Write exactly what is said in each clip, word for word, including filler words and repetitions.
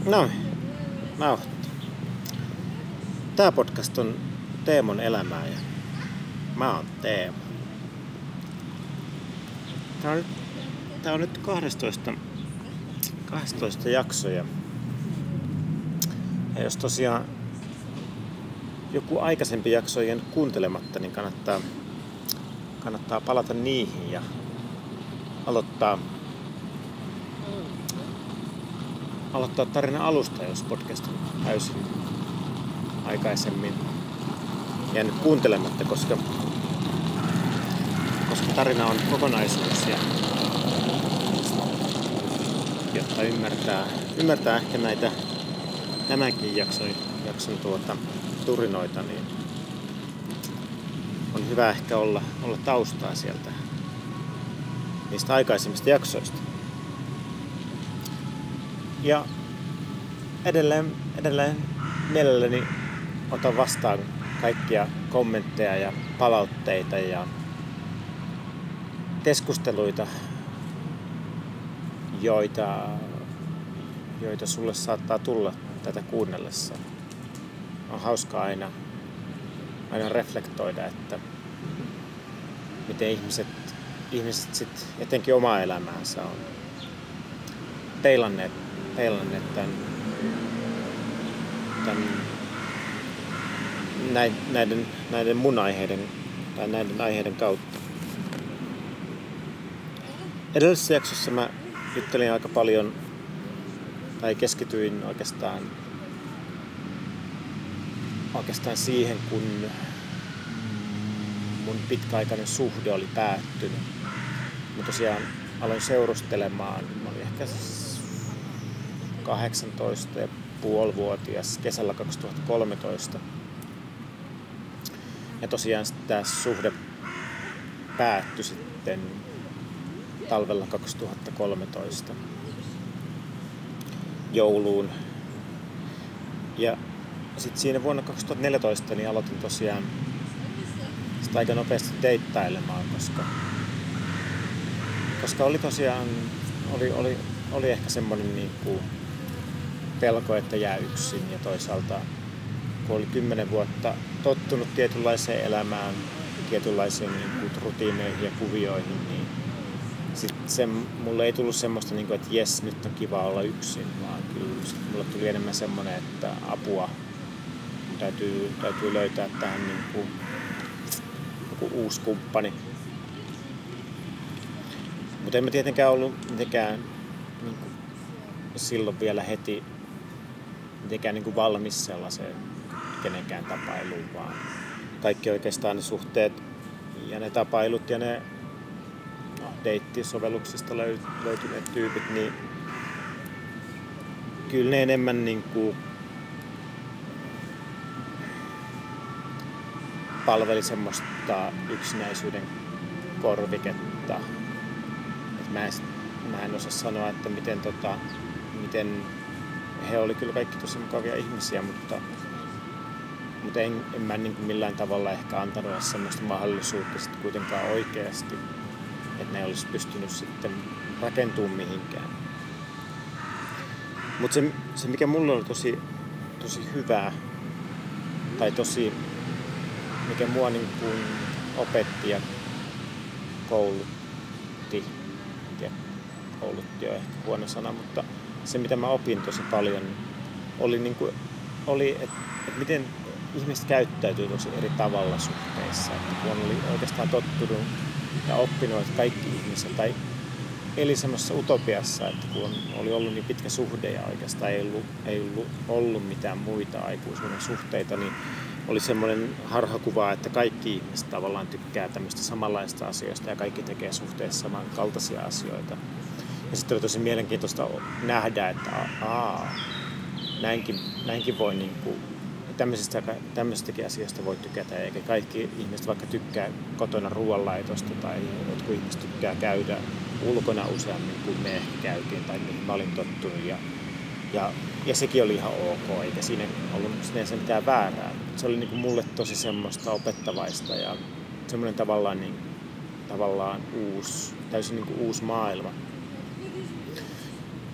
No, nauhoittaa. Tää podcast on Teemon elämää ja mä oon Teemo. Tää on nyt, tää on nyt kahdestoista, kahdestoista jakso ja, ja jos tosiaan joku aikaisempi jakso ei jäänyt kuuntelematta, niin kannattaa, kannattaa palata niihin ja aloittaa aloittaa tarina alusta, jos podcast on täysin aikaisemmin jäänyt kuuntelematta, koska, koska tarina on kokonaisuus ja jotta ymmärtää, ymmärtää ehkä näitä tämänkin jakson, jakson tuota, turinoita, niin on hyvä ehkä olla, olla taustaa sieltä niistä aikaisemmista jaksoista. Ja edelleen, edelleen mielelläni otan vastaan kaikkia kommentteja ja palautteita ja keskusteluita, joita, joita sulle saattaa tulla tätä kuunnellessa. On hauskaa aina, aina reflektoida, että miten ihmiset, ihmiset sit etenkin omaa elämäänsä on peilanneet, peilanneet tämän, tämän näiden, näiden mun aiheiden tai näiden aiheiden kautta. Edellisessä jaksossa mä juttelin aika paljon tai keskityin oikeastaan oikeastaan siihen, kun mun pitkäaikainen suhde oli päättynyt. Mä tosiaan aloin seurustelemaan. Mä olin ehkä kahdeksantoista ja puolivuotias kesällä kaksituhattakolmetoista. Ja tosiaan tämä suhde päättyi sitten talvella kaksituhattakolmetoista jouluun. Ja sitten siinä vuonna kaksituhattaneljätoista niin aloitin tosiaan sitä aika nopeasti deittailemaan, koska, koska oli tosiaan oli, oli, oli ehkä semmoinen niin kuin pelko, että jää yksin, ja toisaalta kun oli kymmenen vuotta tottunut tietynlaiseen elämään, tietynlaisiin niin kuin rutiineihin ja kuvioihin, niin sit se, mulle ei tullut semmoista, niin kuin, että jes, nyt on kiva olla yksin, vaan kyllä sit mulle tuli enemmän semmoinen, että apua, täytyy, täytyy löytää tähän niin kuin joku uusi kumppani. Mutta en mä tietenkään ollut mitenkään niin kuin silloin vielä heti mitenkään niin kuin valmis sellaiseen kenenkään tapailuun, vaan kaikki oikeastaan ne suhteet ja ne tapailut ja ne no, deittisovelluksista löytyneet tyypit, niin kyllä ne enemmän niin kuin palveli semmoista yksinäisyyden korviketta. Et mä, en, mä en osaa sanoa, että miten, tota, miten he oli kyllä kaikki tosi mukavia ihmisiä, mutta, mutta en, en mä niin kuin millään tavalla ehkä antanut semmoista mahdollisuutta sitten kuitenkaan oikeasti, että ne olisi pystynyt sitten rakentumaan mihinkään. Mutta se, se, mikä mulle oli tosi, tosi hyvää, tai tosi, mikä mua niin kuin opetti ja koulutti, ja koulutti on ehkä huono sana, mutta se mitä mä opin tosi paljon oli, niin kuin, oli että et miten ihmiset käyttäytyy tosi eri tavalla suhteissa. Että kun oli oikeastaan tottunut ja oppinut, että kaikki ihmiset, tai eli semmoisessa utopiassa, että kun oli ollut niin pitkä suhde ja oikeastaan ei ollut, ei ollut, ollut mitään muita aikuisuuden suhteita, niin oli semmoinen harhakuva, että kaikki ihmiset tavallaan tykkää tämmöistä samanlaista asioista ja kaikki tekee suhteessa samankaltaisia asioita. Ja sitten oli tosi mielenkiintoista nähdä, että aa, näinkin, näinkin voi niinku, tämmöisistä, tämmöisistäkin asioista voi tykätä, eikä kaikki ihmiset vaikka tykkää kotona ruoanlaitosta tai jotkut ihmiset tykkää käydä ulkona useammin kuin me ehkä käytiin tai mihin mä olin tottunut. Ja, ja, ja sekin oli ihan ok, eikä siinä ollut sinänsä mitään väärää. Se oli niinku mulle tosi semmoista opettavaista ja semmoinen tavallaan, niin, tavallaan uusi, täysin niinku uusi maailma.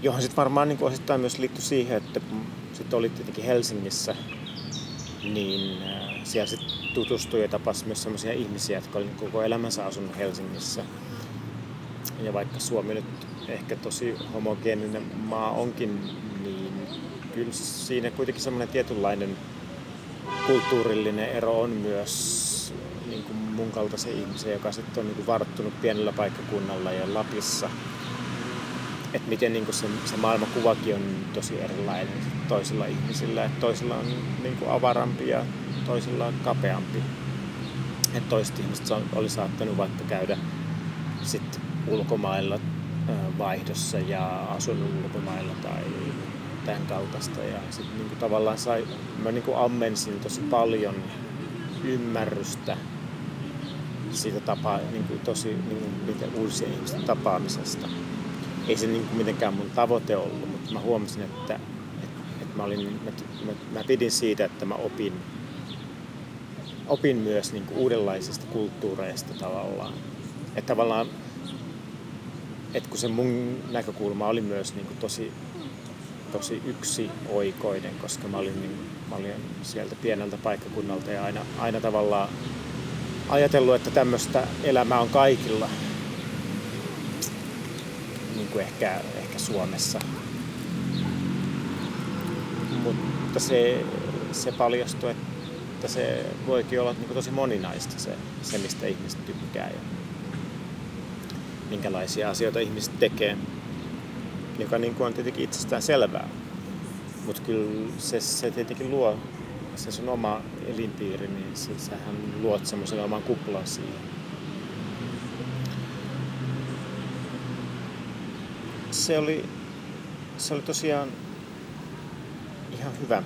johon sitten varmaan niin kuin osittain myös liittyi siihen, että kun sitten olit tietenkin Helsingissä, niin äh, siellä sitten tutustui ja tapasi myös sellaisia ihmisiä, jotka olivat koko elämänsä asunut Helsingissä. Ja vaikka Suomi nyt ehkä tosi homogeeninen maa onkin, niin kyllä siinä kuitenkin semmoinen tietynlainen kulttuurillinen ero on myös niin kuin mun kaltaisen ihmisen, joka sitten on niin kuin varttunut pienellä paikkakunnalla ja Lapissa. Että miten niin kuin se, se maailmankuvakin on tosi erilainen toisilla ihmisillä. Että toisilla on niin kuin avarampi ja toisilla on kapeampi. Että toiset ihmiset oli saattanut vaikka käydä sit ulkomailla vaihdossa ja asunut ulkomailla tai tämän kaltaista. Ja sitten niin kuin tavallaan sai, mä niin kuin ammensin tosi paljon ymmärrystä siitä tapaa, niin kuin tosi niin kuin uusien ihmisten tapaamisesta. Ei se niin kuin mitenkään mun tavoite ollut, mutta mä huomasin, että, että, että mä, olin, mä, mä, mä pidin siitä, että mä opin, opin myös niin kuin uudenlaisista kulttuureista tavallaan. Että tavallaan, että kun se mun näkökulma oli myös niin kuin tosi, tosi yksioikoinen, koska mä olin, niin, mä olin sieltä pieneltä paikkakunnalta ja aina, aina tavallaan ajatellut, että tämmöistä elämää on kaikilla. Niin kuin ehkä, ehkä Suomessa. Mutta se, se paljastui, että se voikin olla niin kuin tosi moninaista se, se, mistä ihmiset tykkää ja minkälaisia asioita ihmiset tekee, joka niin kuin on tietenkin itsestään selvää. Mutta kyllä se, se tietenkin luo se sun oma elinpiiri, niin se, sähän luot semmoisen oman kuplan siihen. Se oli, se oli tosiaan ihan hyvä,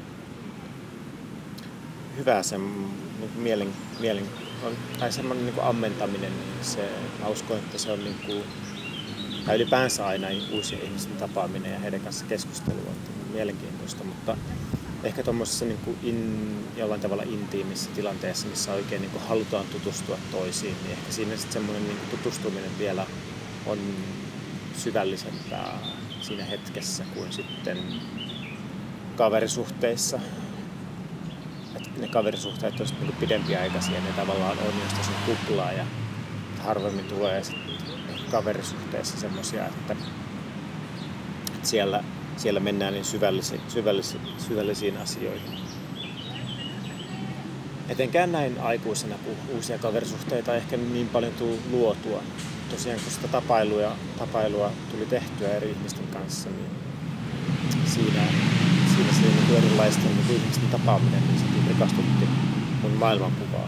hyvä sen niin kuin mielen, mielen, tai semmoinen niin kuin ammentaminen, niin se, mä uskon, että se on niin kuin, tai ylipäänsä aina uusien ihmisten tapaaminen ja heidän kanssa keskustelu on mielenkiintoista, mutta ehkä tuommoisessa niin kuin in, jollain tavalla intiimissä tilanteessa, missä oikein niin kuin halutaan tutustua toisiin, niin ehkä siinä sitten semmoinen niin kuin tutustuminen vielä on syvällisempää siinä hetkessä kuin sitten kaverisuhteissa. Et ne kaverisuhteet on sitten niin pidempiaikaisia ja ne tavallaan on just sen kuplaa ja harvemmin tulee sitten kaverisuhteissa semmoisia, että, että siellä, siellä mennään niin syvällisiin, syvällisiin, syvällisiin asioihin. Etenkään näin aikuisena, kun uusia kaverisuhteita ehkä niin paljon tuli luotua. Tosiaan kun sitä tapailua, tapailua tuli tehtyä eri ihmisten kanssa, niin siinä, siinä se niin erilaisten niin ihmisten tapaaminen niin se rikastutti mun maailmankuvaa.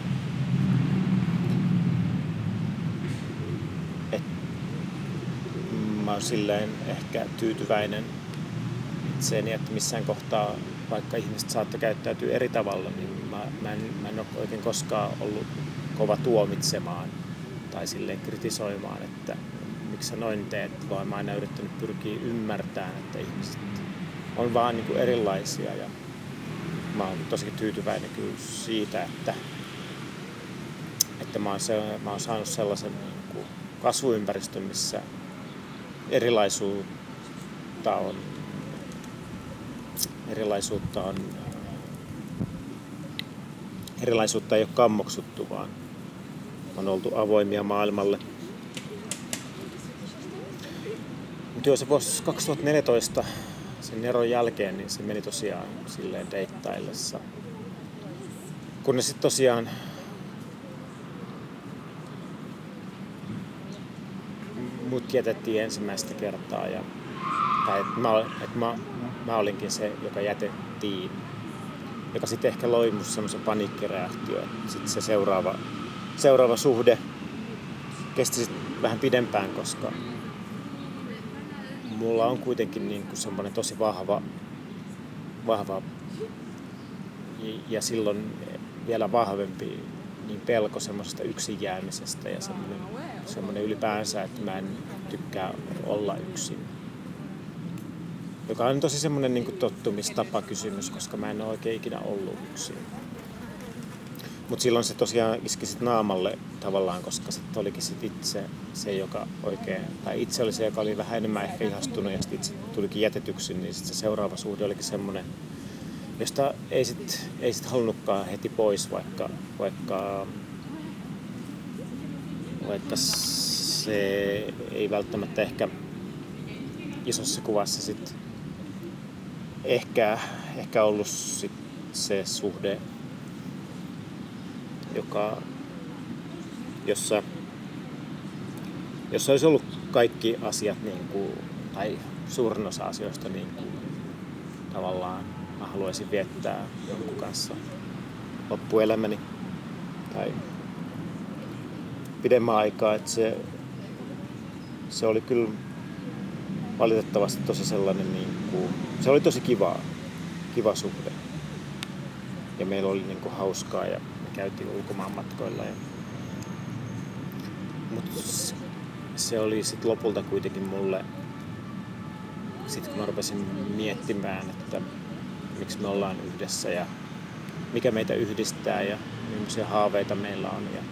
Et mä oon silleen ehkä tyytyväinen itseeni, että missään kohtaa, vaikka ihmiset saattoi käyttäytyä eri tavalla, niin mä, mä, en, mä en ole oikein koskaan ollut kova tuomitsemaan tai silleen kritisoimaan, että miksi sä noin teet, vaan mä oon aina yrittänyt pyrkiä ymmärtämään, että ihmiset on vaan niin kuin erilaisia ja mä oon tosi tyytyväinen kyllä siitä, että, että mä, oon se, mä oon saanut sellaisen niin kuin kasvuympäristön, missä erilaisuutta on, erilaisuutta on erilaisuutta ei ole kammoksuttu, vaan on oltu avoimia maailmalle. Mutta joo, se vuosi kaksituhattaneljätoista sen eron jälkeen, niin se meni tosiaan silleen deittaillessa. Kun ne sitten tosiaan mut jätettiin ensimmäistä kertaa. Ja, tai että mä, et mä, mä olinkin se, joka jätettiin. Joka sitten ehkä loi musta semmoisen paniikkireaktio. Sitten se seuraava, seuraava suhde kesti sit vähän pidempään, koska mulla on kuitenkin niinku semmoinen tosi vahva, vahva ja silloin vielä vahvempi niin pelko semmoisesta yksin jäämisestä ja semmoinen, semmoinen ylipäänsä, että mä en tykkää olla yksin. Joka on tosi semmoinen niin kuin tottumistapa kysymys, koska mä en ole oikein ikinä ollut yksin. Mutta silloin se tosiaan iski sit naamalle tavallaan, koska sitten olikin sit itse se, joka oikein, tai itse oli se, joka oli vähän enemmän ehkä ihastunut ja sitten itse tulikin jätetyksi, niin sit se seuraava suhde olikin semmoinen, josta ei sitten ei sit halunnutkaan heti pois, vaikka, vaikka, vaikka se ei välttämättä ehkä isossa kuvassa sit ehkä, ehkä ollut sit se suhde, joka, jossa, jossa olisi ollut kaikki asiat, niin kuin, tai suurin osa asioista niin kuin, tavallaan mä haluaisin viettää jonkun kanssa loppuelämäni tai pidemmän aikaa. Että se, se oli kyllä valitettavasti tosi sellainen, niin kuin, se oli tosi kiva, kiva suhde. Ja meillä oli niin kuin, hauskaa ja me käytiin ulkomaanmatkoilla. Ja... Mutta se oli sitten lopulta kuitenkin mulle, sit kun mä rupesin miettimään, että miksi me ollaan yhdessä ja mikä meitä yhdistää ja millaisia haaveita meillä on ja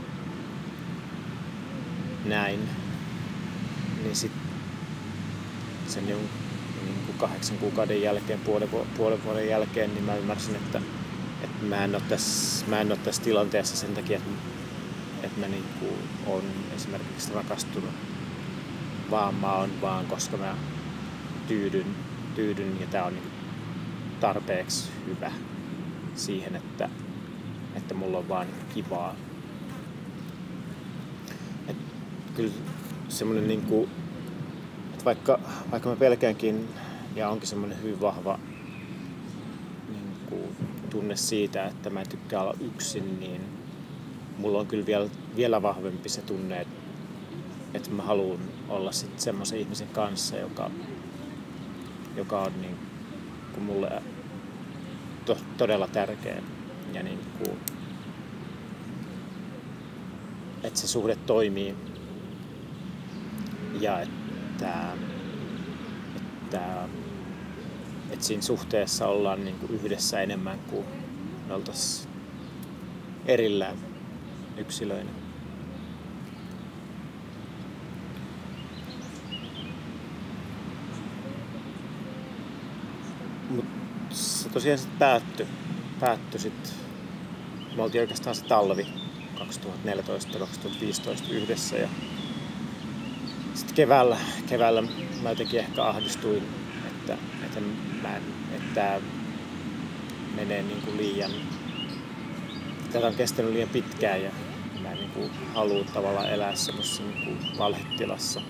näin, niin sitten sen jo niin kuin kahdeksan kuukauden jälkeen, puolen, puolen vuoden jälkeen, niin mä ymmärsin, että, että mä en ole tässä, mä en ole tässä tilanteessa sen takia, että, että mä niin kuin olen esimerkiksi rakastunut, vaan mä oon vaan, koska mä tyydyn, tyydyn ja tää on niin tarpeeksi hyvä siihen, että, että mulla on vaan kivaa. Et kyllä semmonen niinku, että vaikka, vaikka mä pelkäänkin ja onkin semmonen hyvin vahva niinku, tunne siitä, että mä en tykkää olla yksin, niin mulla on kyllä vielä, vielä vahvempi se tunne, että, että mä haluan olla sit semmoisen ihmisen kanssa, joka, joka on niin kuin mulle to, todella tärkeä ja niin kuin, että se suhde toimii ja että, että, että siinä suhteessa ollaan niin kuin yhdessä enemmän kuin me oltaisiin erillään yksilöinä. Mutta se tosiaan sitten päättyi. Päättyi sitten. Me oltiin oikeastaan se talvi kaksituhattaneljätoista kaksituhattaviisitoista yhdessä. Ja sitten keväällä, keväällä mä jotenkin ehkä ahdistuin, että, että, mä en, että tämä menee niin kuin liian... Tätä on kestänyt liian pitkään ja mä en niin kuin halua tavallaan elää semmoisessa niin kuin valhetilassa.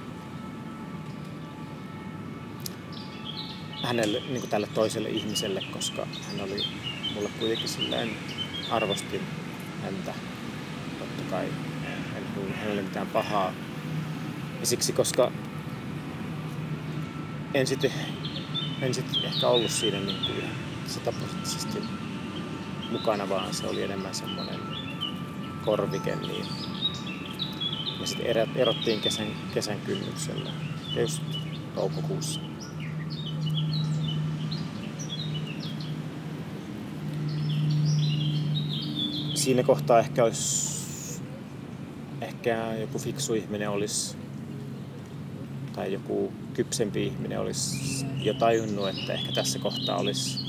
Hänelle, niin kuin tälle toiselle ihmiselle, koska hän oli mulle kuitenkin silleen, arvostin häntä. Totta kai en halunnut hänelle mitään pahaa. Ja siksi, koska en sitten en sit ehkä ollut siinä niin kuin sataprosenttisesti mukana, vaan se oli enemmän semmoinen korvike, niin me sitten erottiin kesän, kesän kynnyksellä, just toukokuussa. Siinä kohtaa ehkä olisi, ehkä joku fiksu ihminen olisi, tai joku kypsempi ihminen olisi jo tajunnut, että ehkä tässä kohtaa olisi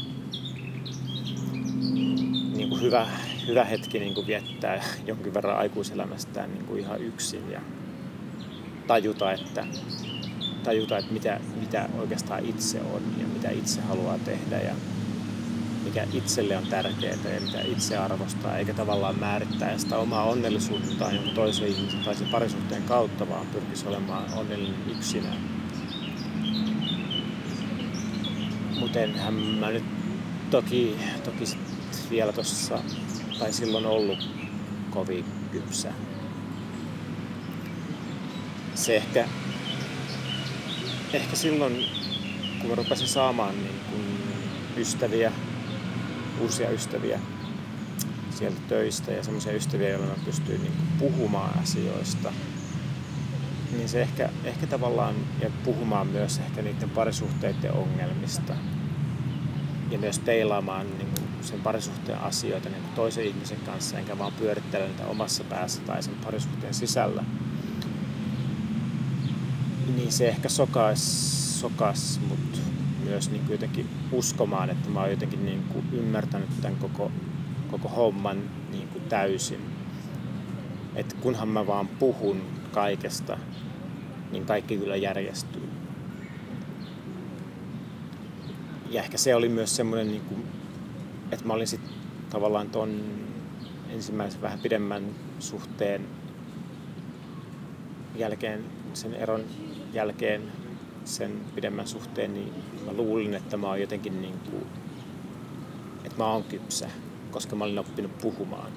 niin kuin hyvä, hyvä hetki niin kuin viettää jonkin verran aikuiselämästään niin kuin ihan yksin ja tajuta, että, tajuta, että mitä, mitä oikeastaan itse on ja mitä itse haluaa tehdä ja mikä itselle on tärkeää ja mitä itse arvostaa, eikä tavallaan määrittää sitä omaa onnellisuuttaan jonkun toisen ihmisen tai sen parisuhteen kautta, vaan pyrkisi olemaan onnellinen yksinään. Mutta enhän mä nyt toki, toki sit vielä tossa, tai silloin ollut kovin kypsä. Se ehkä, ehkä silloin, kun mä rupesin saamaan niin kun ystäviä, uusia ystäviä sieltä töistä ja semmoisia ystäviä, joilla mä pystyin niin kuin puhumaan asioista, niin se ehkä, ehkä tavallaan, ja puhumaan myös ehkä niiden parisuhteiden ongelmista ja myös peilaamaan niin kuin sen parisuhteen asioita niin kuin toisen ihmisen kanssa, enkä vaan pyörittele niitä omassa päässä tai sen parisuhteen sisällä, niin se ehkä sokas, sokas mut myös niin kuin jotenkin uskomaan, että mä oon jotenkin niin kuin ymmärtänyt tämän koko, koko homman niin kuin täysin. Että kunhan mä vaan puhun kaikesta, niin kaikki kyllä järjestyy. Ja ehkä se oli myös semmoinen, niin kuin, että mä olin sitten tavallaan ton ensimmäisen vähän pidemmän suhteen jälkeen, sen eron jälkeen, sen pidemmän suhteen, niin mä luulin, että mä oon jotenkin niin kuin, että mä oon kypsä, koska mä olin oppinut puhumaan.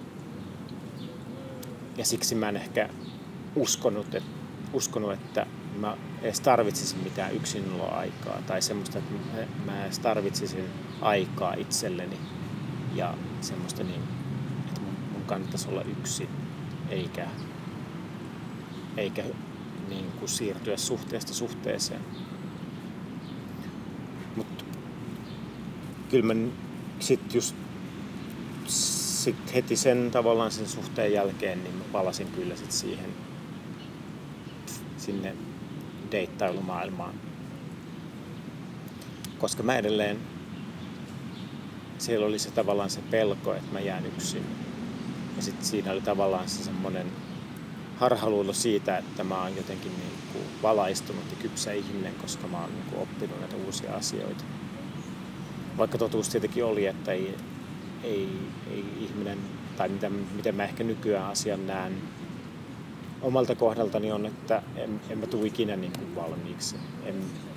Ja siksi mä en ehkä uskonut, että, uskonut, että mä edes tarvitsisin mitään yksinoloaikaa tai semmoista, että mä edes tarvitsisin aikaa itselleni ja semmoista niin, että mun kannattaisi olla yksin eikä, eikä niin kuin siirtyä suhteesta suhteeseen. Mutta kyllä mä sit just sit heti sen tavallaan sen suhteen jälkeen niin mä palasin kyllä sit siihen sinne deittailumaailmaan. Koska mä edelleen siellä oli se tavallaan se pelko, että mä jään yksin. Ja sit siinä oli tavallaan se semmonen harhaluulo siitä, että mä oon jotenkin niin kuin valaistunut ja kypsä ihminen, koska mä oon niin kuin oppinut näitä uusia asioita. Vaikka totuus tietenkin oli, että ei, ei, ei ihminen, tai mitä, miten mä ehkä nykyään asian näen omalta kohdaltani on, että en, en mä tule ikinä niin kuin valmiiksi. En,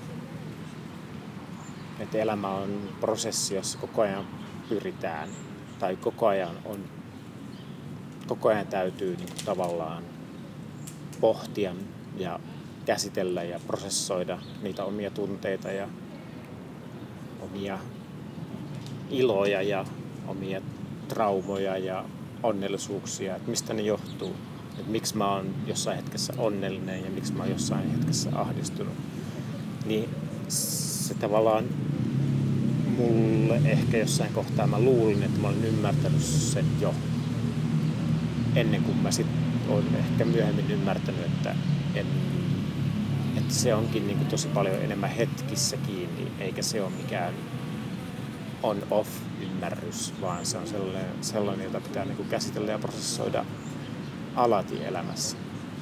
että elämä on prosessi, jossa koko ajan pyritään, tai koko ajan on, koko ajan täytyy niin kuin tavallaan pohtia ja käsitellä ja prosessoida niitä omia tunteita ja omia iloja ja omia traumoja ja onnellisuuksia, että mistä ne johtuu. Että miksi mä oon jossain hetkessä onnellinen ja miksi mä oon jossain hetkessä ahdistunut. Niin se tavallaan mulle ehkä jossain kohtaa mä luulin, että mä olin ymmärtänyt sen jo ennen kuin mä sit oon ehkä myöhemmin ymmärtänyt, että, en, että se onkin niin kuin tosi paljon enemmän hetkissä kiinni, eikä se ole mikään on-off-ymmärrys, vaan se on sellainen, sellainen jota pitää niin kuin käsitellä ja prosessoida alati elämässä,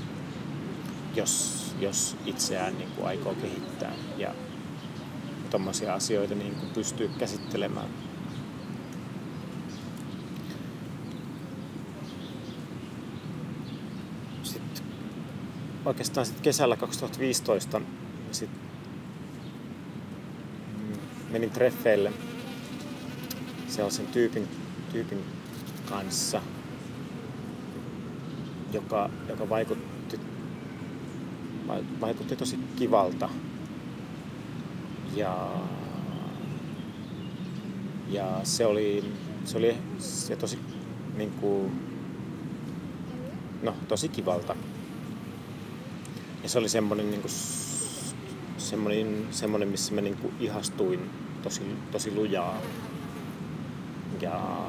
jos, jos itseään niin kuin aikoo kehittää ja tommosia asioita niin kuin pystyy käsittelemään. Sitten oikeastaan sitten kesällä kaksituhattaviisitoista sit menin treffeille sellaisen tyypin, tyypin kanssa, joka, joka vaikutti, vaikutti tosi kivalta. Ja, ja se oli, se oli se tosi, niin kuin, no, tosi kivalta. Ja se oli semmoinen, niin kuin, semmoinen, semmoinen missä mä niin kuin ihastuin tosi, tosi lujaa. Ja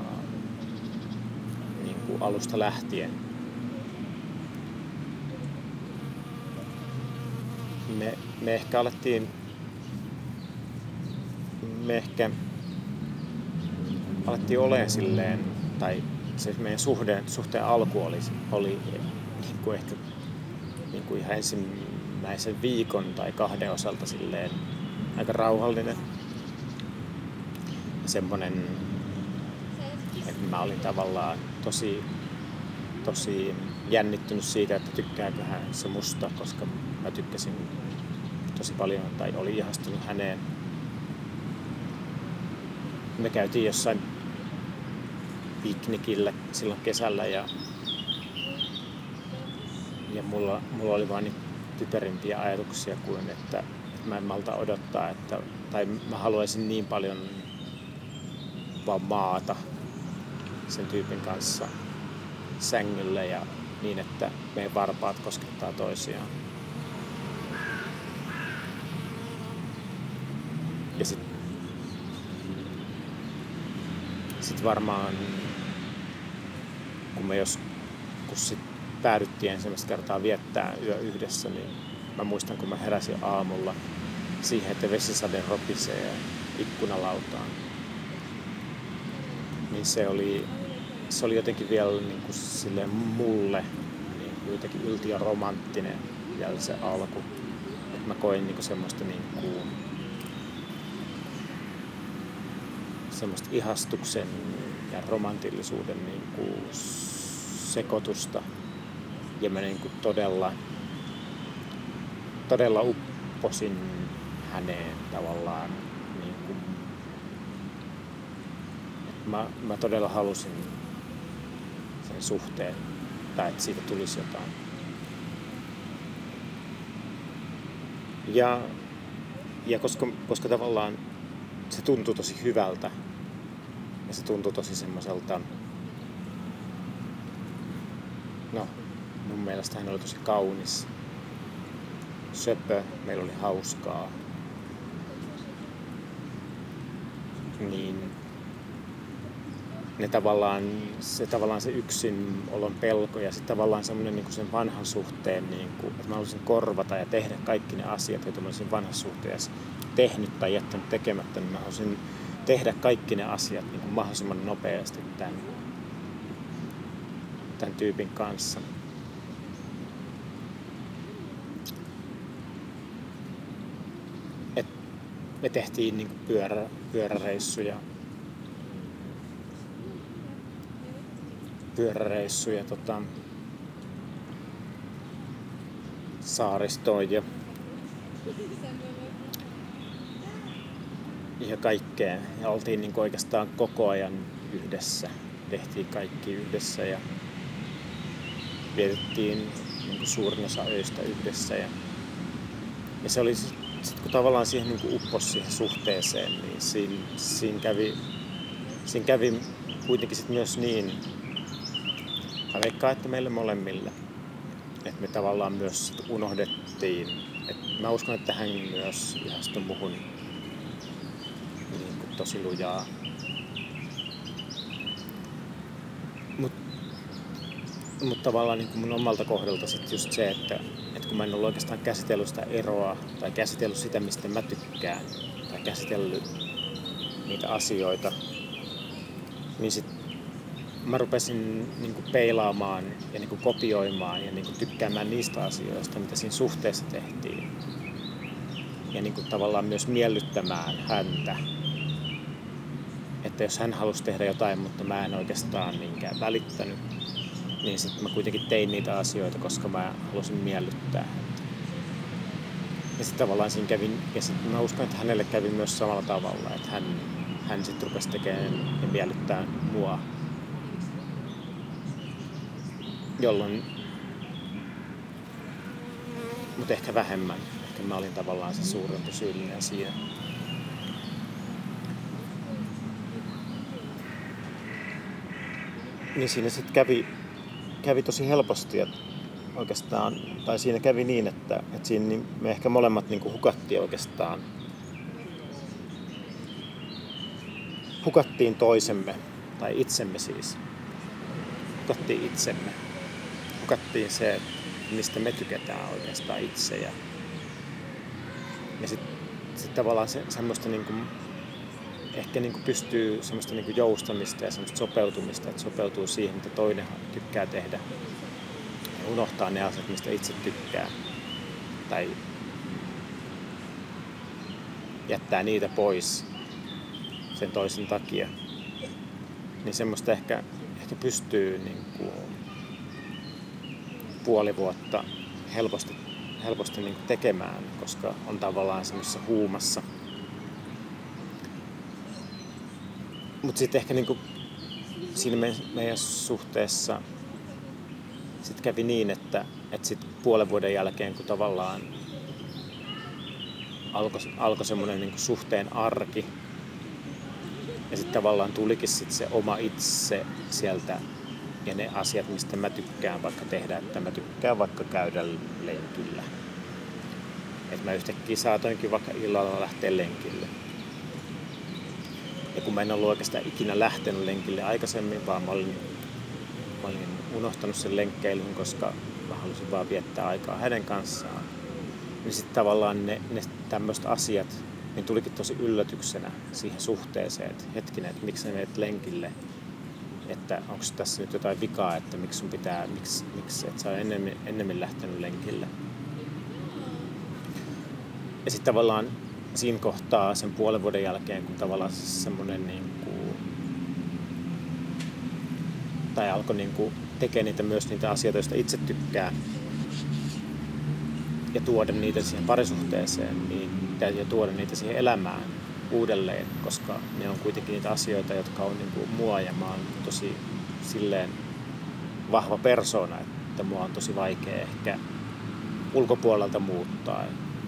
niin kuin alusta lähtien. Me, me ehkä alettiin me ehkä alettiin olemaan silleen, tai se meidän suhteen, suhteen alku oli, oli niin kuin ehkä niin kuin ihan ensimmäisen viikon tai kahden osalta silleen aika rauhallinen. Ja semmonen, että mä olin tavallaan tosi, tosi jännittynyt siitä, että tykkääköhän se musta, koska mä tykkäsin tosi paljon tai olin ihastunut häneen. Me käytiin jossain piknikillä silloin kesällä ja, ja mulla, mulla oli vaan niin typerimpiä ajatuksia kuin, että, että mä en malta odottaa, että, tai mä haluaisin niin paljon vaan maata sen tyypin kanssa sängyllä ja niin, että meidän varpaat koskettaa toisiaan. Ja sit sitten varmaan, kun me joskus sit päädyttiin ensimmäistä kertaa viettää yö yhdessä, niin mä muistan, kun mä heräsin aamulla siihen, että vesisade ropisee ikkunalautaan. Niin se oli, se oli jotenkin vielä niin kuin silleen mulle niin jotenkin ylti ja romanttinen vielä se alku. Että mä koin niin kuin semmoista niin kuin, semmoista ihastuksen ja romantillisuuden niin kuin sekoitusta. Ja mä niin kuin todella, todella upposin häneen tavallaan. Niin kuin, mä, mä todella halusin sen suhteen, tai että siitä tulisi jotain. Ja, ja koska, koska tavallaan se tuntui tosi hyvältä, ja se tuntui tosi semmoiselta, no mun mielestä hän oli tosi kaunis, söpö, meillä oli hauskaa, niin ne tavallaan, se tavallaan se yksin olon pelko ja sitten tavallaan semmoinen niin kuin sen vanhan suhteen, niin kuin, että mä haluaisin korvata ja tehdä kaikki ne asiat, joita mä olisin vanhassa suhteessa tehnyt tai jättänyt tekemättä, niin mä haluaisin tehdä kaikki ne asiat niin kuin mahdollisimman nopeasti tämän, tämän tyypin kanssa. Et me tehtiin niin kuin pyörä, pyöräreissuja, pyöräreissuja tota, saaristoon ja, ja kaikkea. Ja oltiin niin kuin oikeastaan koko ajan yhdessä. Tehtiin kaikki yhdessä ja vietettiin niin kuin suurin osa öistä yhdessä. Ja, ja se oli sitten kun tavallaan siihen niin kuin upposi siihen suhteeseen, niin siinä, siinä, kävi, siinä kävi kuitenkin sit myös niin, mä veikkaan, että meille molemmille, että me tavallaan myös unohdettiin, että mä uskon, että hän myös ihastui muhun niin kuin tosi lujaa. Mutta mut tavallaan niin kuin mun omalta kohdalta sit just se, että, että kun mä en ollut oikeastaan käsitellyt sitä eroa tai käsitellyt sitä, mistä mä tykkään tai käsitellyt niitä asioita, niin sit mä rupesin niin kuin peilaamaan ja niin kuin kopioimaan ja niin kuin tykkäämään niistä asioista, mitä siinä suhteessa tehtiin. Ja niin kuin tavallaan myös miellyttämään häntä. Että jos hän halusi tehdä jotain, mutta mä en oikeastaan niinkään välittänyt, niin sitten mä kuitenkin tein niitä asioita, koska mä halusin miellyttää häntä. Ja sitten tavallaan siinä kävin, ja sitten mä uskon, että hänelle kävi myös samalla tavalla, että hän, hän sitten rupesi tekemään ja miellyttää mua. Jolloin, mutta ehkä vähemmän. Ehkä mä olin tavallaan se suurempi syyllinen siinä. Niin siinä sitten kävi, kävi tosi helposti, että oikeastaan, tai siinä kävi niin, että, että siinä niin me ehkä molemmat niin kuin hukattiin oikeastaan, hukattiin toisemme, tai itsemme siis, hukattiin itsemme. Hukattiin se, mistä me tykätään oikeastaan itse. Ja, ja sitten sit tavallaan se, semmoista niinku, ehkä niinku pystyy semmoista niinku joustamista ja semmoista sopeutumista, että sopeutuu siihen, mitä toinen tykkää tehdä. Ja unohtaa ne asiat, mistä itse tykkää. Tai jättää niitä pois sen toisen takia. Niin semmoista ehkä, ehkä pystyy niinku puoli vuotta helposti, helposti niin kuin tekemään, koska on tavallaan semmoisessa huumassa. Mutta sitten ehkä niin kuin siinä me, meidän suhteessa sit kävi niin, että, että sit puolen vuoden jälkeen, kun tavallaan alkoi alko semmoinen niin kuin suhteen arki, ja sitten tavallaan tulikin sit se oma itse sieltä, ja ne asiat, mistä mä tykkään vaikka tehdä, että mä tykkään vaikka käydä lenkillä. Että mä yhtäkkiä saatoinkin vaikka illalla lähteä lenkille. Ja kun mä en ollut oikeastaan ikinä lähtenyt lenkille aikaisemmin, vaan mä olin, mä olin unohtanut sen lenkkeilyn, koska mä halusin vaan viettää aikaa hänen kanssaan. Niin sitten tavallaan ne, ne tämmöiset asiat niin tulikin tosi yllätyksenä siihen suhteeseen, että hetkinen, että miksi sä menet lenkille, että onko tässä nyt jotain vikaa, että miksi sun pitää, miksi, miksi et sä ole ennemmin, ennemmin lähtenyt lenkille. Ja sitten tavallaan siinä kohtaa sen puolen vuoden jälkeen, kun tavallaan semmoinen niin kuin, tai alkoi niin kuin tekemään niitä myös niitä asioita, joista itse tykkää, ja tuoda niitä siihen parisuhteeseen, niin täytyy tuoda niitä siihen elämään uudelleen, koska ne on kuitenkin niitä asioita, jotka on niin kuin mua, ja mä oon tosi silleen vahva persoona, että mua on tosi vaikea ehkä ulkopuolelta muuttaa,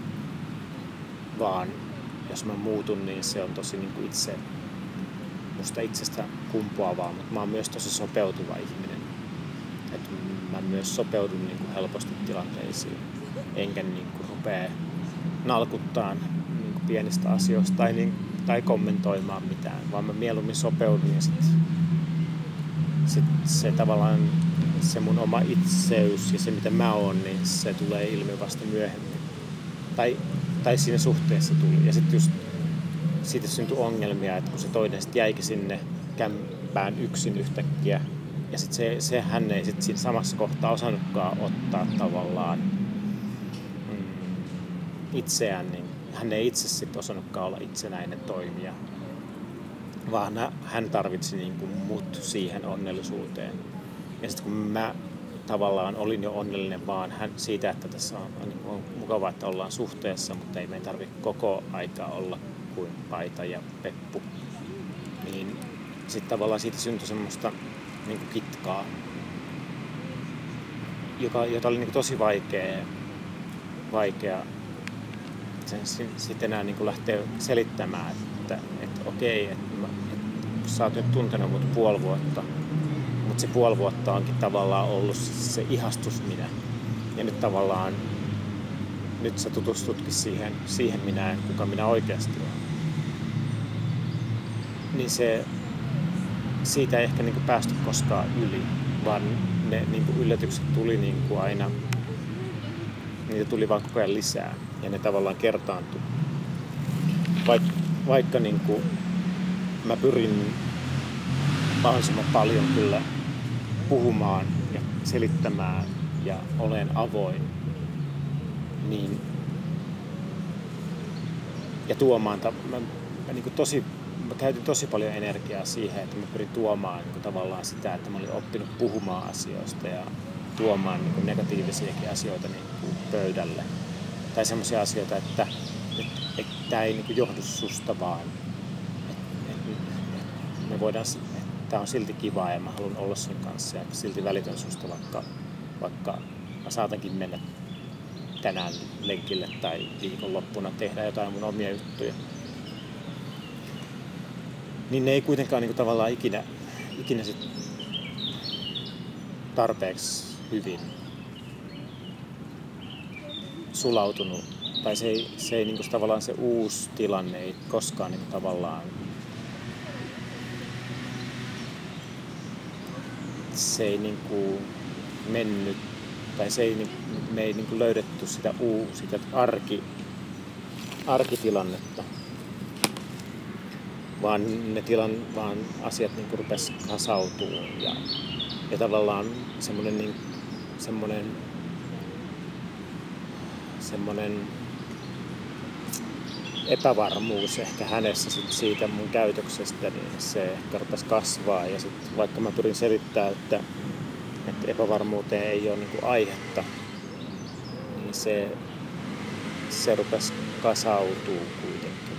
vaan jos mä muutun, niin se on tosi niin kuin itse, musta itsestä kumpuavaa, mutta mä oon myös tosi sopeutuva ihminen, että mä myös sopeudun niin kuin helposti tilanteisiin, enkä niin kuin rupea nalkuttaan niin kuin pienistä asioista tai, niin, tai kommentoimaan mitään, vaan mä mieluummin sopeudun ja sitten sit se tavallaan se mun oma itseys ja se mitä mä oon, niin se tulee ilmi vasta myöhemmin. Tai, tai siinä suhteessa tuli. Ja sitten just siitä syntyi ongelmia, että kun se toinen sitten jäikin sinne kämppään yksin yhtäkkiä, ja sitten se, se hän ei sitten siinä samassa kohtaa osannutkaan ottaa tavallaan mm, itseään, niin hän ei itse sitten osannutkaan olla itsenäinen toimija, vaan hän tarvitsi niin kuin mut siihen onnellisuuteen. Ja sitten kun mä tavallaan olin jo onnellinen vaan hän, siitä, että tässä on, on, on mukavaa, että ollaan suhteessa, mutta ei meidän tarvitse koko aikaa olla kuin paita ja peppu, niin sitten tavallaan siitä syntyi semmoista niin kuin kitkaa, joka, jota oli niin kuin tosi vaikea, vaikea sen sitten enää niin kuin lähteä selittämään, että, että okei, että, että sä oot nyt tuntenut mut puoli vuotta, mutta se puoli vuotta onkin tavallaan ollut se ihastus minä. Ja nyt tavallaan, nyt sä tutustutkin siihen, siihen minä, kuka minä oikeasti olen. Niin se, siitä ei ehkä niinku päästy koskaan yli, vaan ne niinku yllätykset tuli niinku aina, niitä tuli vaan koko ajan lisää. Ja ne tavallaan kertaantui. Vaik, vaikka niinku mä pyrin mahdollisimman paljon kyllä puhumaan ja selittämään ja olen avoin, niin ja tuomaan, mä, mä, niin kuin tosi, mä käytin tosi paljon energiaa siihen, että mä pyrin tuomaan niin kuin tavallaan sitä, että mä olin oppinut puhumaan asioista ja tuomaan niin kuin negatiivisiakin asioita niin kuin pöydälle. Tai semmoisia asioita, että tämä ei niin kuin johdu susta vaan, että et, et me voidaan, tämä on silti kivaa ja mä haluan olla sun kanssa ja silti välitän susta, vaikka, vaikka mä saatankin mennä tänään lenkille tai viikonloppuna tehdä jotain mun omia juttuja. Niin ne ei kuitenkaan niin kuin tavallaan ikinä, ikinä sit tarpeeksi hyvin sulautunut. Tai se ei, se ei niin kuin tavallaan se uusi tilanne ei koskaan niin kuin tavallaan se ei niinku mennyt, tai se ei, me ei niinku löydetty sitä, uu, sitä arki, arkitilannetta, vaan ne tilan, vaan asiat niinku rupes kasautumaan ja, ja tavallaan semmoinen niin, semmoinen semmoinen epävarmuus ehkä hänessä sit siitä mun käytöksestä, niin se ehkä rupesi kasvaa. Ja sitten vaikka mä pyrin selittämään, että, että epävarmuuteen ei ole niinku aihetta, niin se, se rupesi kasautuu kuitenkin.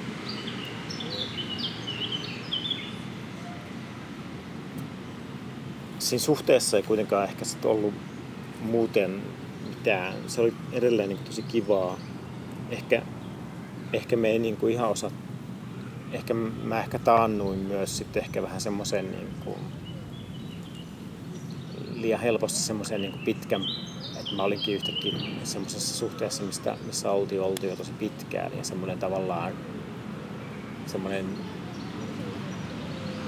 Siinä suhteessa ei kuitenkaan ehkä sit ollut muuten mitään. Se oli edelleen niinku tosi kivaa. Ehkä Ehkä me ei niinku ihan osaa, ehkä mä ehkä taannuin myös sitten ehkä vähän semmoisen niinku liian helposti semmoisen niinku pitkän, että mä olinkin yhtäkkiä semmoisessa suhteessa, mistä, missä oltiin oltu jo tosi pitkään ja semmoinen tavallaan semmoinen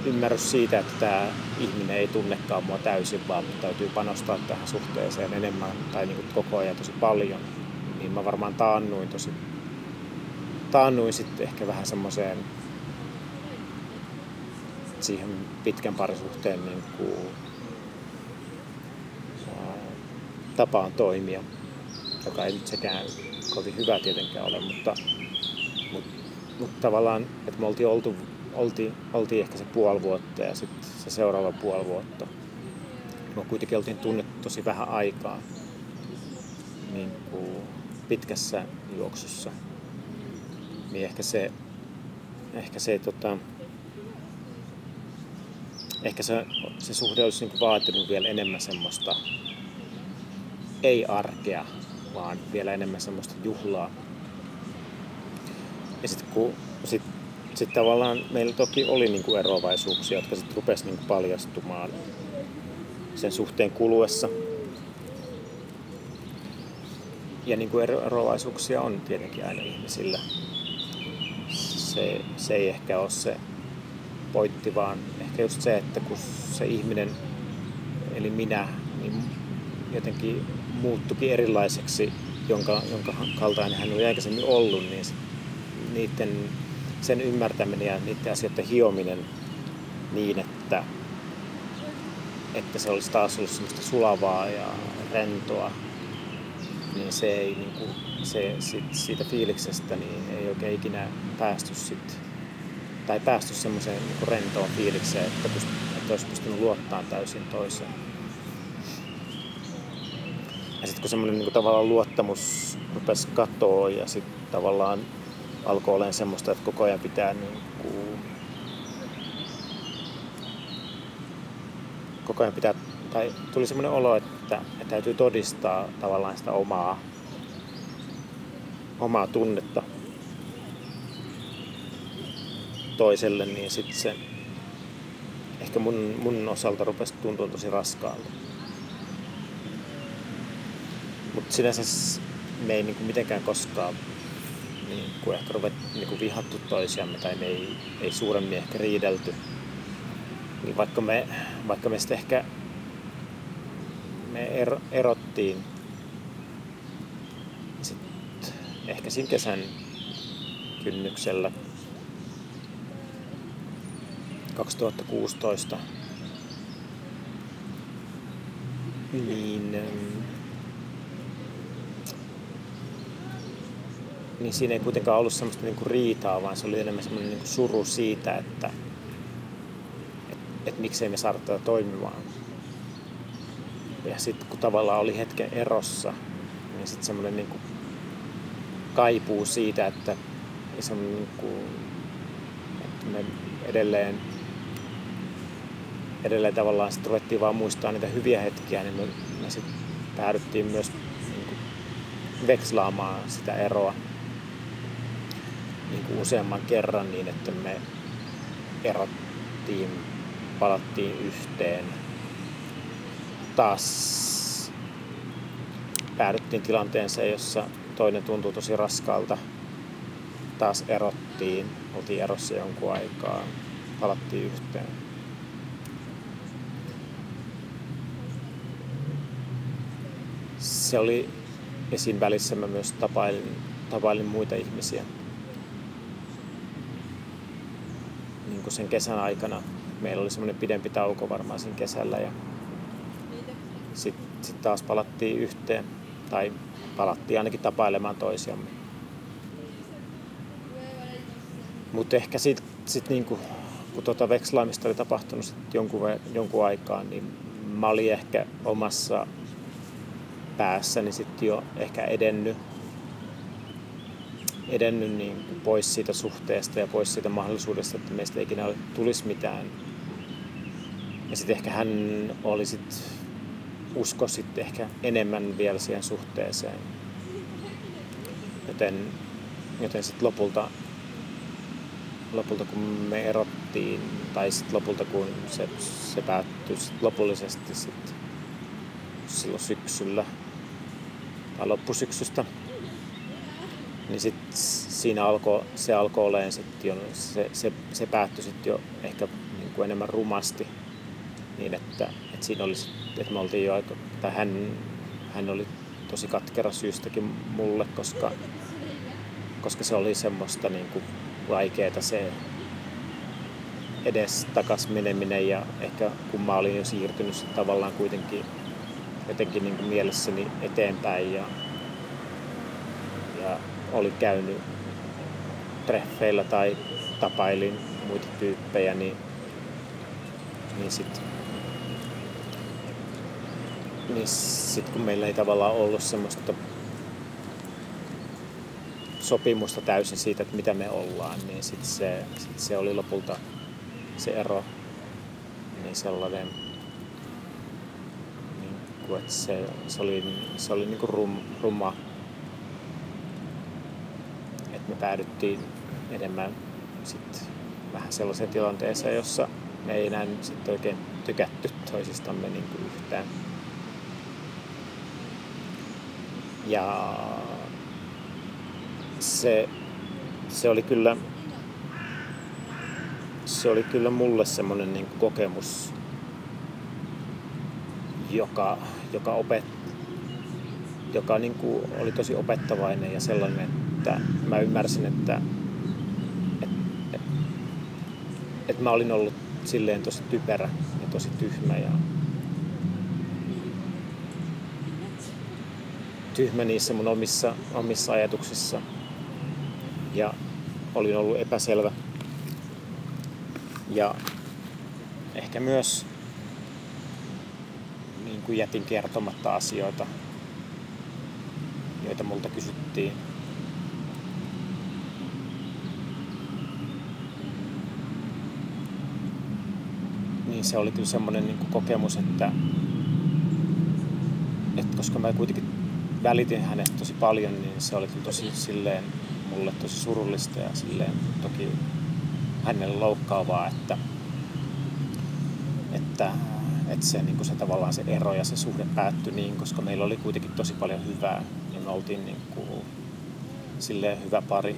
ymmärrys siitä, että tämä ihminen ei tunnekaan mua täysin, vaan täytyy panostaa tähän suhteeseen enemmän tai niin kuin koko ajan tosi paljon, niin mä varmaan taannuin tosi, taannuin sitten ehkä vähän semmoiseen siihen pitkän parisuhteen niin kuin, ää, tapaan toimia, joka ei nyt sekään kovin hyvä tietenkään ole, mutta, mutta, mutta tavallaan, että me oltiin oltu Oltiin, oltiin ehkä se puoli vuotta ja sitten se seuraava puoli vuotta. Me kuitenkin oltiin tunnettu tosi vähän aikaa niin kuin pitkässä juoksussa. Niin ehkä se, ehkä se, tota, ehkä se, se suhde olisi niin kuin vaatinut vielä enemmän semmoista, ei arkea, vaan vielä enemmän semmoista juhlaa. Ja sitten kun sit, Sitten tavallaan meillä toki oli niinku eroavaisuuksia, jotka sitten rupesi niinku paljastumaan sen suhteen kuluessa. Ja niinku eroavaisuuksia on tietenkin aina ihmisillä. Se, se ei ehkä ole se pointti, vaan ehkä just se, että kun se ihminen, eli minä, niin jotenkin muuttukin erilaiseksi, jonka, jonka kaltainen hän oli aikaisemmin ollut, niin niiden sen ymmärtäminen ja niiden asioiden hiominen niin, että, että se olisi taas ollut semmoista sulavaa ja rentoa, niin se ei niin kuin, se, sit, siitä fiiliksestä niin ei oikein ikinä päästy sit, tai päästy semmoiseen niin kuin rentoon fiilikseen, että, pyst, että olisi pystynyt luottamaan täysin toiseen. Ja sitten kun semmoinen niin kuin tavallaan luottamus rupesi katoa ja sitten tavallaan alkoi olemaan semmoista, että koko ajan pitää niin kuin, koko ajan pitää, tai tuli semmoinen olo, että, että täytyy todistaa tavallaan sitä omaa, omaa tunnetta toiselle, niin sitten se ehkä mun, mun osalta rupesi tuntua tosi raskaalta. Mutta sinänsä me ei niin kuin mitenkään koskaan niin kuin ehkä ruvet niin kuin vihattu toisiamme tai me ei, ei suuremmin ehkä riidelty. Niin vaikka me, vaikka me sitten ehkä me ero, erottiin sit ehkä siinä kesän kynnyksellä kaksituhattakuusitoista, niin niin siinä ei kuitenkaan ollut semmoista niinku riitaa, vaan se oli enemmän semmoinen niinku suru siitä, että et, et miksei me saada tätä toimimaan. Ja sitten kun tavallaan oli hetken erossa, niin sitten semmoinen niinku kaipuu siitä, että, niinku, että me edelleen, edelleen tavallaan sitten ruvettiin vaan muistaa niitä hyviä hetkiä, niin me, me sitten päädyttiin myös niinku vekslaamaan sitä eroa niin kuin useamman kerran niin, että me erottiin, palattiin yhteen. Taas päädyttiin tilanteeseen, jossa toinen tuntui tosi raskalta. Taas erottiin, oltiin erossa jonkun aikaa, palattiin yhteen. Se oli, ja siinä välissä mä myös tapailin, tapailin muita ihmisiä. Niin kuin sen kesän aikana meillä oli semmoinen pidempi tauko varmaan siinä kesällä ja sitten sit taas palattiin yhteen tai palattiin ainakin tapailemaan toisiamme. Mutta ehkä sitten sit niinku, kun tuota vekslaamista oli tapahtunut sit jonkun, jonkun aikaa, niin mä olin ehkä omassa päässäni sitten jo ehkä edennyt, edennyt niin kuin pois siitä suhteesta ja pois siitä mahdollisuudesta, että meistä ei ikinä tulisi mitään. Ja sitten ehkä hän oli sitten, usko sitten ehkä enemmän vielä siihen suhteeseen. Joten, joten sitten lopulta, lopulta kun me erottiin, tai sitten lopulta kun se, se päättyi sit lopullisesti sit silloin syksyllä tai loppusyksystä, niin sitten siinä alkoi, se alkoi olemaan sitten jo, se, se, se päättyi sitten jo ehkä niin kuin enemmän rumasti, niin että, että siinä oli, että me oltiin jo aika, tai hän, hän oli tosi katkera syystäkin mulle, koska, koska se oli semmoista niin kuin vaikeeta se edes takas meneminen, ja ehkä kun mä olin jo siirtynyt tavallaan kuitenkin jotenkin niin kuin mielessäni eteenpäin ja, ja oli käynyt treffeillä tai tapailin muita tyyppejä, niin, niin sitten niin sit kun meillä ei tavallaan ollut semmoista sopimusta täysin siitä, että mitä me ollaan, niin sitten se, sit se oli lopulta se ero niin sellainen, niin kuin, että se, se oli, se oli niin kuin rum, ruma, että me päädyttiin enemmän sitten vähän sellaiseen tilanteeseen, jossa me ei enää sitten oikein tykätty toisistamme niin kuin yhtään. Ja se, se oli kyllä se oli kyllä mulle semmoinen niin kuin kokemus, joka, joka, opet, joka niin kuin oli tosi opettavainen ja sellainen, että mä ymmärsin, että, että, että, että mä olin ollut silleen tosi typerä ja tosi tyhmä ja tyhmä niissä mun omissa, omissa ajatuksissa ja olin ollut epäselvä. Ja ehkä myös niin kuin jätin kertomatta asioita, joita multa kysyttiin. Niin se oli kyllä semmoinen niin kuin kokemus, että, että koska mä kuitenkin välitin hänestä tosi paljon, niin se oli kyllä tosi silleen mulle tosi surullista ja silleen toki hänelle loukkaavaa, että, että, että se, niin kuin se tavallaan se ero ja se suhde päättyi niin, koska meillä oli kuitenkin tosi paljon hyvää ja me oltiin niin kuin, silleen hyvä pari.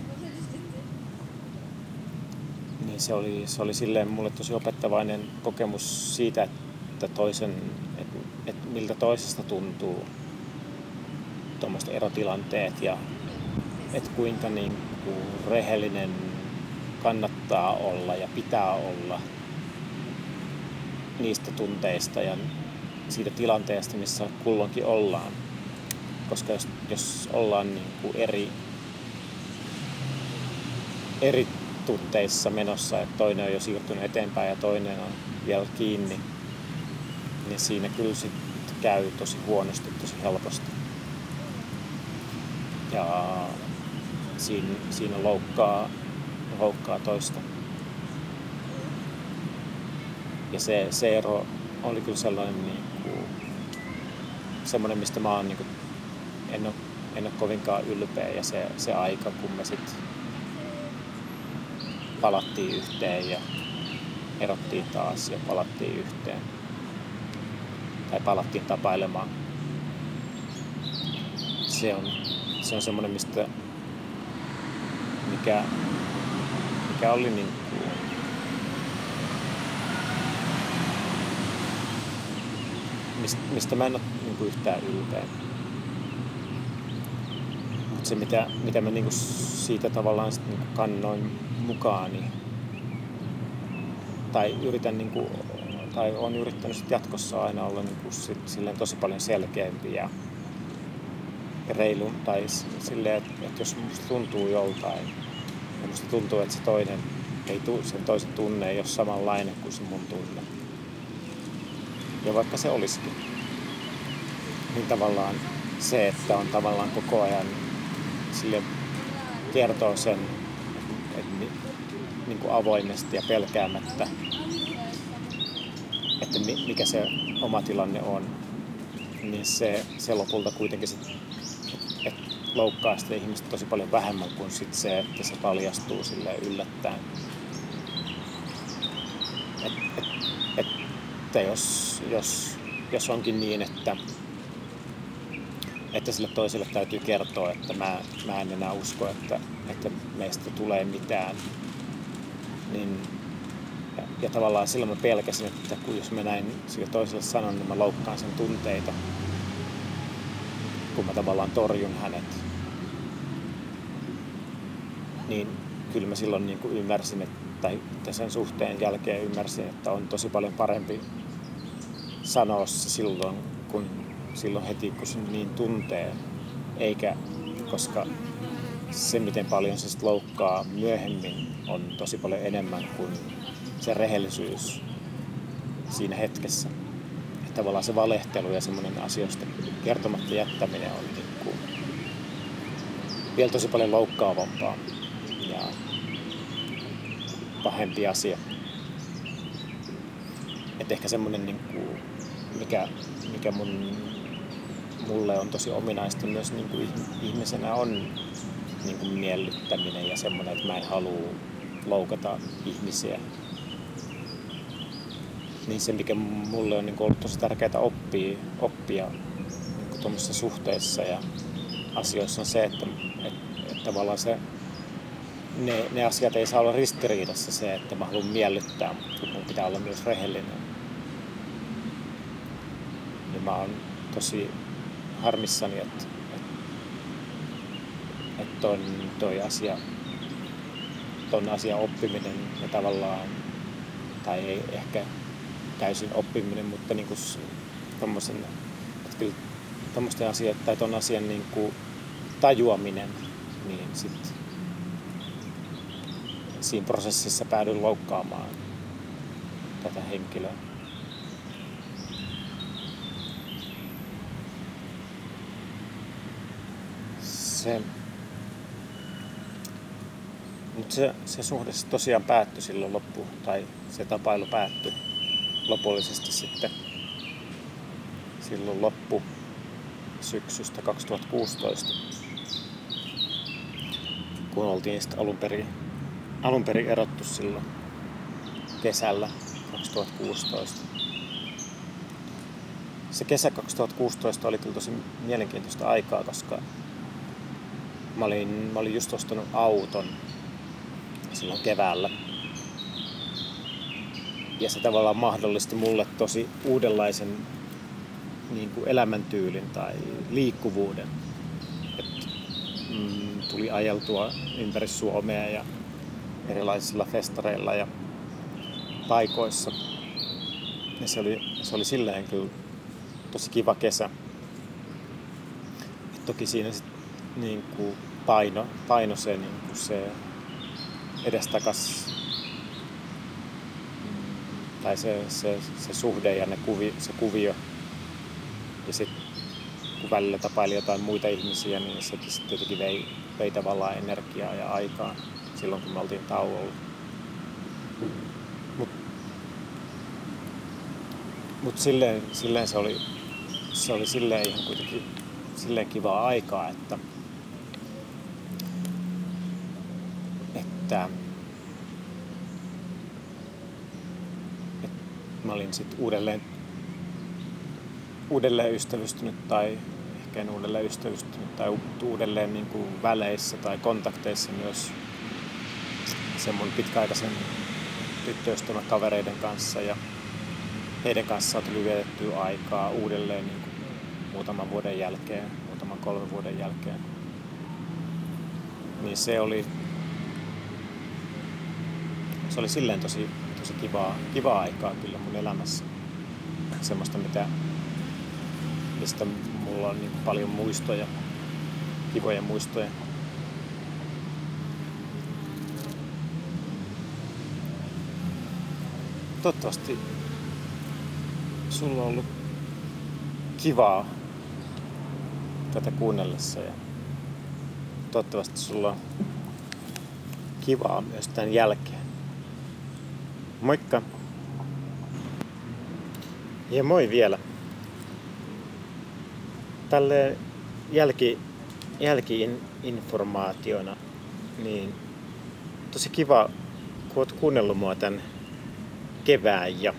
Niin se oli, se oli silleen mulle tosi opettavainen kokemus siitä, että toisen, että, että miltä toisesta tuntuu tuommoiset erotilanteet ja että kuinka niin kuin rehellinen kannattaa olla ja pitää olla niistä tunteista ja siitä tilanteesta, missä kulloinkin ollaan. Koska jos, jos ollaan niin kuin eri, eri tunteissa menossa, että toinen on jo siirtynyt eteenpäin ja toinen on vielä kiinni, niin siinä kyllä sit käy tosi huonosti, tosi helposti. Ja siinä, siinä loukkaa loukkaa toista. Ja se, se ero oli kyllä sellainen, niin kuin, semmoinen, mistä mä oon, niin kuin, en, ole, en ole kovinkaan ylpeä. Ja se, se aika, kun me sitten palattiin yhteen ja erottiin taas ja palattiin yhteen. Tai palattiin tapailemaan. Se on, se on semmoinen, mistä mikä mikä oli niin kuin, mistä mä en ole niin kuin yhtään ylpeä. Mutta se mitä, mitä mä niin kuin siitä tavallaan sit niin kuin kannoin mukaani tai yritän niin kuin, tai olen yrittänyt sit jatkossa aina olla niin kuin sit, silleen tosi paljon selkeämpi ja reilu tai silleen, että, että jos musta tuntuu joltain ja musta tuntuu, että se toinen ei tu, sen toisen tunne ei ole samanlainen kuin se mun tunne. Ja vaikka se olisikin, niin tavallaan se, että on tavallaan koko ajan sille kertoo sen, että, että niin kuin avoimesti ja pelkäämättä, että mikä se oma tilanne on, niin se, se lopulta kuitenkin sit, että loukkaa sitä ihmistä tosi paljon vähemmän kuin sit se, että se paljastuu silleen yllättäen. Et, et, et, että jos, jos, jos onkin niin, että, että sille toiselle täytyy kertoa, että mä, mä en enää usko, että, että meistä tulee mitään, niin ja tavallaan silloin mä pelkäsin, että kun jos mä näin sille toiselle sanon, niin mä loukkaan sen tunteita, kun mä tavallaan torjun hänet. Niin kyllä mä silloin niin kuin ymmärsin, että, tai sen suhteen jälkeen ymmärsin, että on tosi paljon parempi sanoa se silloin, kun silloin heti, kun se niin tuntee, eikä koska se, miten paljon se sitten loukkaa myöhemmin, on tosi paljon enemmän kuin se rehellisyys siinä hetkessä. Että tavallaan se valehtelu ja semmoinen asioista kertomatta jättäminen on niin kuin vielä tosi paljon loukkaavampaa ja pahempi asia. Että ehkä semmoinen, niin kuin, mikä, mikä mun, mulle on tosi ominaista myös niin kuin ihmisenä on niin kuin miellyttäminen ja semmoinen, että mä en halua loukata ihmisiä. Niin se, mikä mulle on niin kuin ollut tosi tärkeää oppia, oppia niin kuin tuommoisessa suhteessa ja asioissa on se, että, että, että tavallaan se, ne, ne asiat ei saa olla ristiriidassa se, että mä haluan miellyttää, mutta mun pitää olla myös rehellinen. Ja mä oon tosi harmissani, että, että, että ton, toi asia, ton asian oppiminen ja tavallaan, tai ei ehkä täysin oppiminen, mutta niin kuin tommosen, että kyllä tommoisten asiat, tai ton asian niin kuin tajuaminen, niin sit siinä prosessissa päädyin loukkaamaan tätä henkilöä. Se, mutta se, se suhde tosiaan päättyi silloin loppuun, tai se tapailu päättyi lopullisesti sitten silloin loppu syksystä kaksituhattakuusitoista, kun oltiin sitten alun perin, alun perin erottu silloin kesällä kaksituhattakuusitoista. Se kesä kaksituhattakuusitoista oli kyllä tosi mielenkiintoista aikaa, koska mä olin, mä olin just ostanut auton silloin keväällä. Ja se tavallaan mahdollisti mulle tosi uudenlaisen niin kuin elämäntyylin tai liikkuvuuden. Et, mm, tuli ajeltua ympäri Suomea ja erilaisilla festareilla ja paikoissa. Ja se oli, se oli silleen kyllä tosi kiva kesä. Et toki siinä sit, niin kuin paino, paino se, niin kuin se edestakas tai se, se, se suhde ja ne kuvi, se kuvio. Ja sitten kun välillä tapaili jotain muita ihmisiä, niin sekin sitten tietenkin vei, vei tavallaan energiaa ja aikaa silloin, kun me oltiin tauolla. Mutta mut silleen, silleen se oli, se oli silleen ihan kuitenkin silleen kivaa aikaa, että, että mä olin sitten uudelleen, uudelleen ystävystynyt tai ehkä en uudelleen ystävystynyt tai uudelleen niin kuin väleissä tai kontakteissa myös sen mun pitkäaikaisen tyttöystävän kavereiden kanssa ja heidän kanssaan tuli vietettyä aikaa uudelleen niin kuin muutaman vuoden jälkeen, muutaman kolmen vuoden jälkeen. Niin se oli, se oli silleen tosi tosi kivaa, kivaa aikaa kyllä mun elämässä. Semmoista, mitä, mistä mulla on niin paljon muistoja, kivoja muistoja. Toivottavasti sulla on ollut kivaa tätä kuunnellessa ja toivottavasti sulla on kivaa myös tämän jälkeen. Moikka! Ja moi vielä. Tälle jälki, jälki-informaationa, niin tosi kiva, kun oot kuunnellut mua tän kevään ja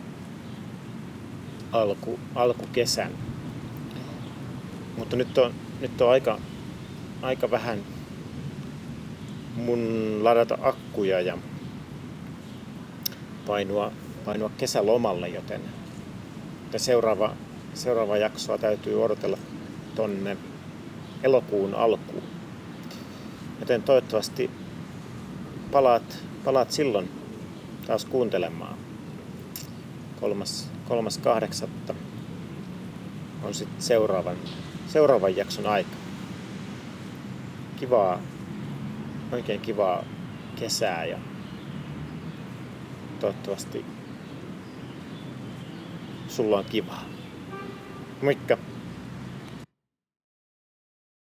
alku, alkukesän. Mutta nyt on, nyt on aika, aika vähän mun ladata akkuja ja painua, painua kesälomalle, joten seuraava, seuraava jaksoa täytyy odotella tonne elokuun alkuun. Joten toivottavasti palaat, palaat silloin taas kuuntelemaan. Kolmas, kolmas kahdeksatta on sitten seuraavan, seuraavan jakson aika. Kivaa, oikein kivaa kesää ja toivottavasti sulla on kivaa. Moikka!